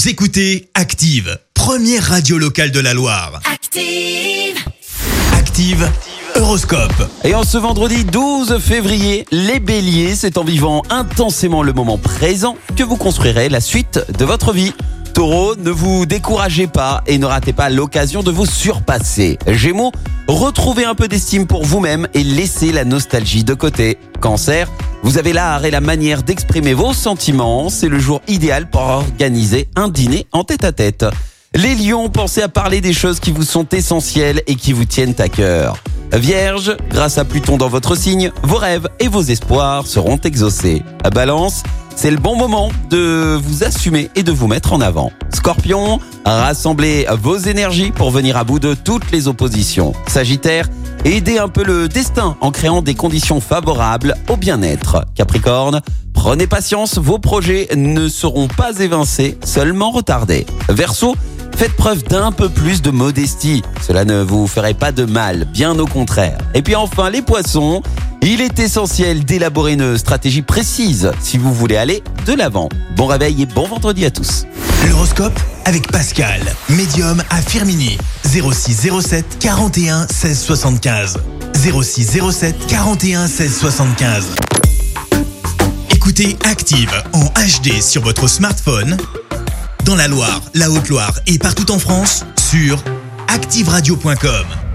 Vous écoutez Active, première radio locale de la Loire. Active, Active Horoscope. Et en ce vendredi 12 février, les béliers, c'est en vivant intensément le moment présent que vous construirez la suite de votre vie. Taureau, ne vous découragez pas et ne ratez pas l'occasion de vous surpasser. Gémeaux, retrouvez un peu d'estime pour vous-même et laissez la nostalgie de côté. Cancer, vous avez l'art et la manière d'exprimer vos sentiments. C'est le jour idéal pour organiser un dîner en tête-à-tête. Les lions, pensez à parler des choses qui vous sont essentielles et qui vous tiennent à cœur. Vierge, grâce à Pluton dans votre signe, vos rêves et vos espoirs seront exaucés. Balance, c'est le bon moment de vous assumer et de vous mettre en avant. Scorpion, rassemblez vos énergies pour venir à bout de toutes les oppositions. Sagittaire, aidez un peu le destin en créant des conditions favorables au bien-être. Capricorne, prenez patience, vos projets ne seront pas évincés, seulement retardés. Verseau, faites preuve d'un peu plus de modestie. Cela ne vous ferait pas de mal, bien au contraire. Et puis enfin, les poissons, il est essentiel d'élaborer une stratégie précise si vous voulez aller de l'avant. Bon réveil et bon vendredi à tous. L'horoscope avec Pascal, médium à Firmini. 06 07 41 16 75. 06 07 41 16 75. Écoutez Active en HD sur votre smartphone, dans la Loire, la Haute-Loire et partout en France, sur activeradio.com.